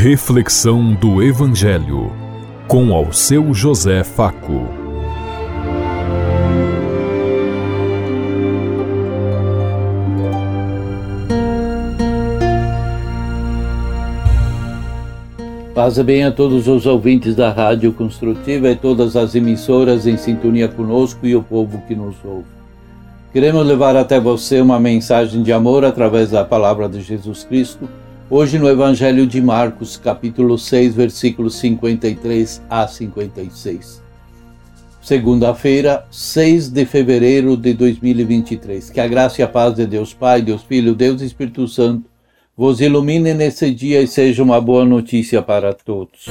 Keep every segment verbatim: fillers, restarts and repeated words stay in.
Reflexão do Evangelho, com ao seu José Faco. Paz e bem a todos os ouvintes da Rádio Construtiva e todas as emissoras em sintonia conosco e o povo que nos ouve. Queremos levar até você uma mensagem de amor através da palavra de Jesus Cristo, hoje no Evangelho de Marcos, capítulo seis, versículos cinquenta e três a cinquenta e seis. Segunda-feira, seis de fevereiro de dois mil e vinte e três. Que a graça e a paz de Deus Pai, Deus Filho, Deus e Espírito Santo vos ilumine nesse dia e seja uma boa notícia para todos.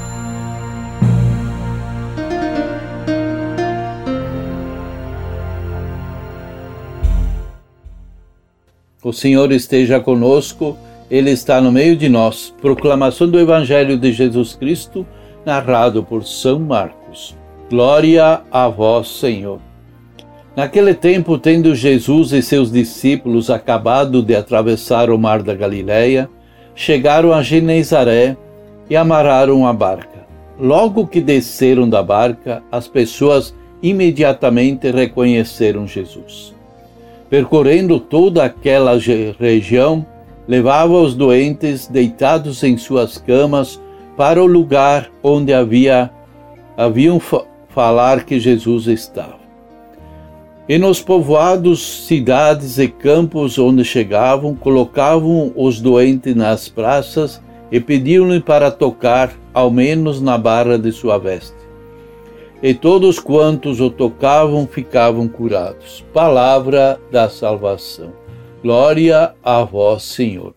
O Senhor esteja conosco, Ele está no meio de nós. Proclamação do Evangelho de Jesus Cristo, narrado por São Marcos. Glória a vós, Senhor. Naquele tempo, tendo Jesus e seus discípulos acabado de atravessar o mar da Galileia, chegaram a Genezaré e amarraram a barca. Logo que desceram da barca, as pessoas imediatamente reconheceram Jesus. Percorrendo toda aquela região, levava os doentes deitados em suas camas para o lugar onde havia, haviam fa- falar que Jesus estava. E nos povoados, cidades e campos onde chegavam, colocavam os doentes nas praças e pediam-lhe para tocar, ao menos na barra de sua veste. E todos quantos o tocavam ficavam curados. Palavra da salvação. Glória a vós, Senhor.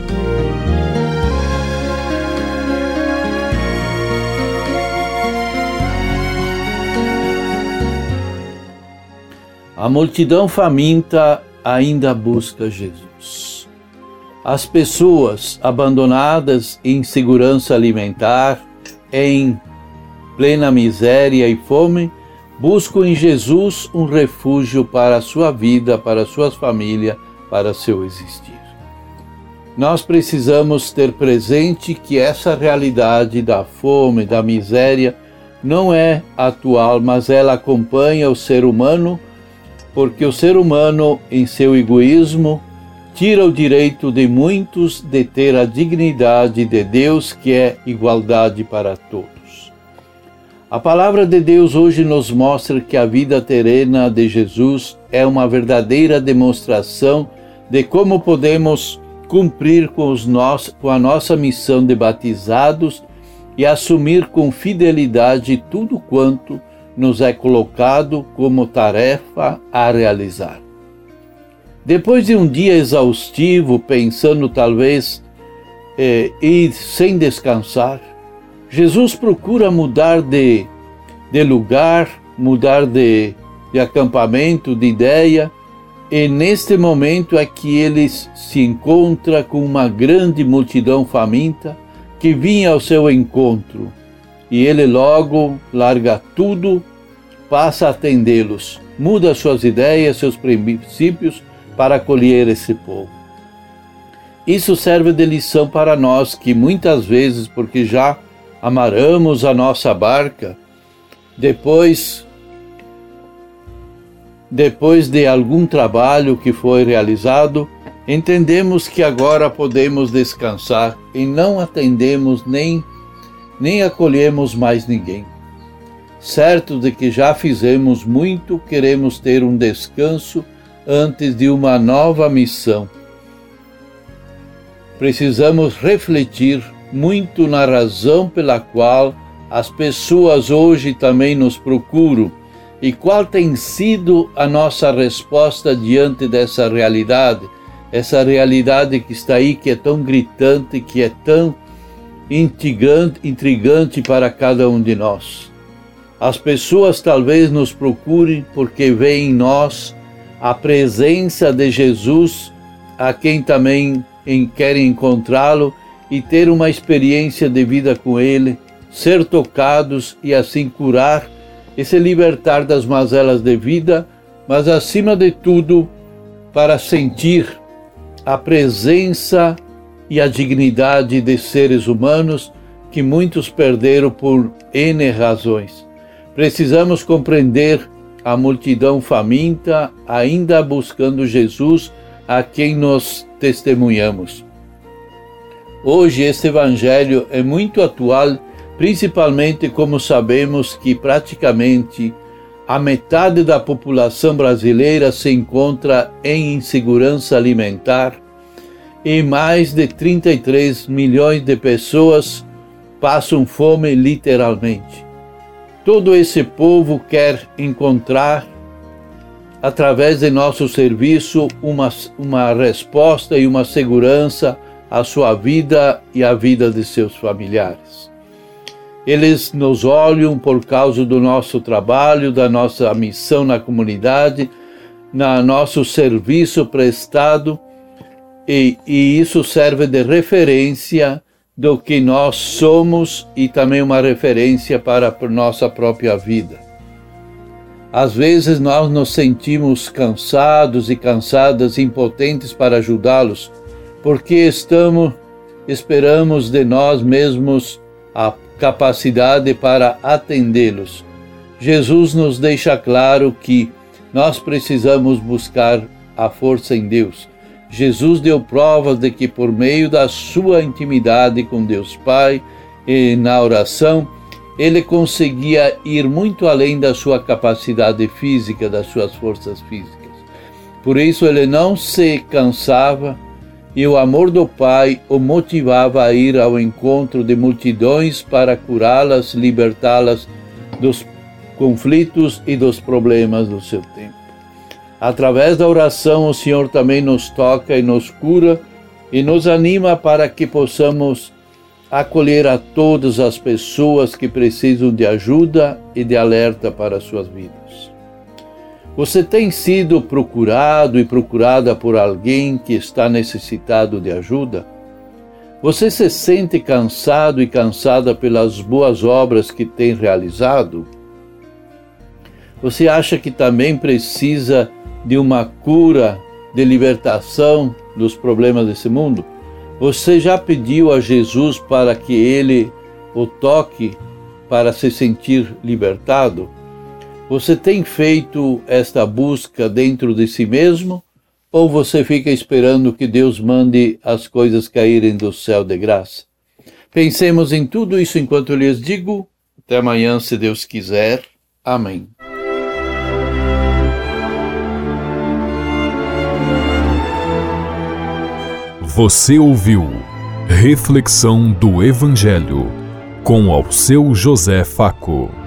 A multidão faminta ainda busca Jesus. As pessoas abandonadas em insegurança alimentar, em plena miséria e fome, buscam em Jesus um refúgio para a sua vida, para a sua família, para seu existir. Nós precisamos ter presente que essa realidade da fome, da miséria, não é atual, mas ela acompanha o ser humano, porque o ser humano, em seu egoísmo, tira o direito de muitos de ter a dignidade de Deus, que é igualdade para todos. A palavra de Deus hoje nos mostra que a vida terrena de Jesus é uma verdadeira demonstração de como podemos cumprir com, os nós, com a nossa missão de batizados e assumir com fidelidade tudo quanto nos é colocado como tarefa a realizar. Depois de um dia exaustivo, pensando talvez eh, ir sem descansar, Jesus procura mudar de, de lugar, mudar de, de acampamento, de ideia, e neste momento é que ele se encontra com uma grande multidão faminta que vinha ao seu encontro. E ele logo larga tudo, passa a atendê-los, muda suas ideias, seus princípios para acolher esse povo. Isso serve de lição para nós que muitas vezes, porque já amarramos a nossa barca, depois, depois de algum trabalho que foi realizado, entendemos que agora podemos descansar e não atendemos nem nem acolhemos mais ninguém. Certo de que já fizemos muito, queremos ter um descanso antes de uma nova missão. Precisamos refletir muito na razão pela qual as pessoas hoje também nos procuram e qual tem sido a nossa resposta diante dessa realidade, essa realidade que está aí, que é tão gritante, que é tão intrigante, intrigante para cada um de nós. As pessoas talvez nos procurem porque veem em nós a presença de Jesus, a quem também querem encontrá-lo e ter uma experiência de vida com Ele, ser tocados e assim curar e se libertar das mazelas de vida, mas acima de tudo, para sentir a presença e a dignidade de seres humanos que muitos perderam por N razões. Precisamos compreender a multidão faminta ainda buscando Jesus, a quem nós testemunhamos. Hoje este evangelho é muito atual, principalmente como sabemos que praticamente a metade da população brasileira se encontra em insegurança alimentar e mais de trinta e três milhões de pessoas passam fome literalmente. Todo esse povo quer encontrar, através de nosso serviço, uma, uma resposta e uma segurança à sua vida e à vida de seus familiares. Eles nos olham por causa do nosso trabalho, da nossa missão na comunidade, no nosso serviço prestado, e, e isso serve de referência do que nós somos e também uma referência para a nossa própria vida. Às vezes nós nos sentimos cansados e cansadas, impotentes para ajudá-los, porque estamos, esperamos de nós mesmos a capacidade para atendê-los. Jesus nos deixa claro que nós precisamos buscar a força em Deus. Jesus deu provas de que por meio da sua intimidade com Deus Pai e na oração, ele conseguia ir muito além da sua capacidade física, das suas forças físicas. Por isso ele não se cansava e o amor do Pai o motivava a ir ao encontro de multidões para curá-las, libertá-las dos conflitos e dos problemas do seu tempo. Através da oração, o Senhor também nos toca e nos cura e nos anima para que possamos acolher a todas as pessoas que precisam de ajuda e de alerta para as suas vidas. Você tem sido procurado e procurada por alguém que está necessitado de ajuda? Você se sente cansado e cansada pelas boas obras que tem realizado? Você acha que também precisa de uma cura, de libertação dos problemas desse mundo? Você já pediu a Jesus para que Ele o toque para se sentir libertado? Você tem feito esta busca dentro de si mesmo? Ou você fica esperando que Deus mande as coisas caírem do céu de graça? Pensemos em tudo isso enquanto eu lhes digo. Até amanhã, se Deus quiser. Amém. Você ouviu Reflexão do Evangelho com Alceu José Facco.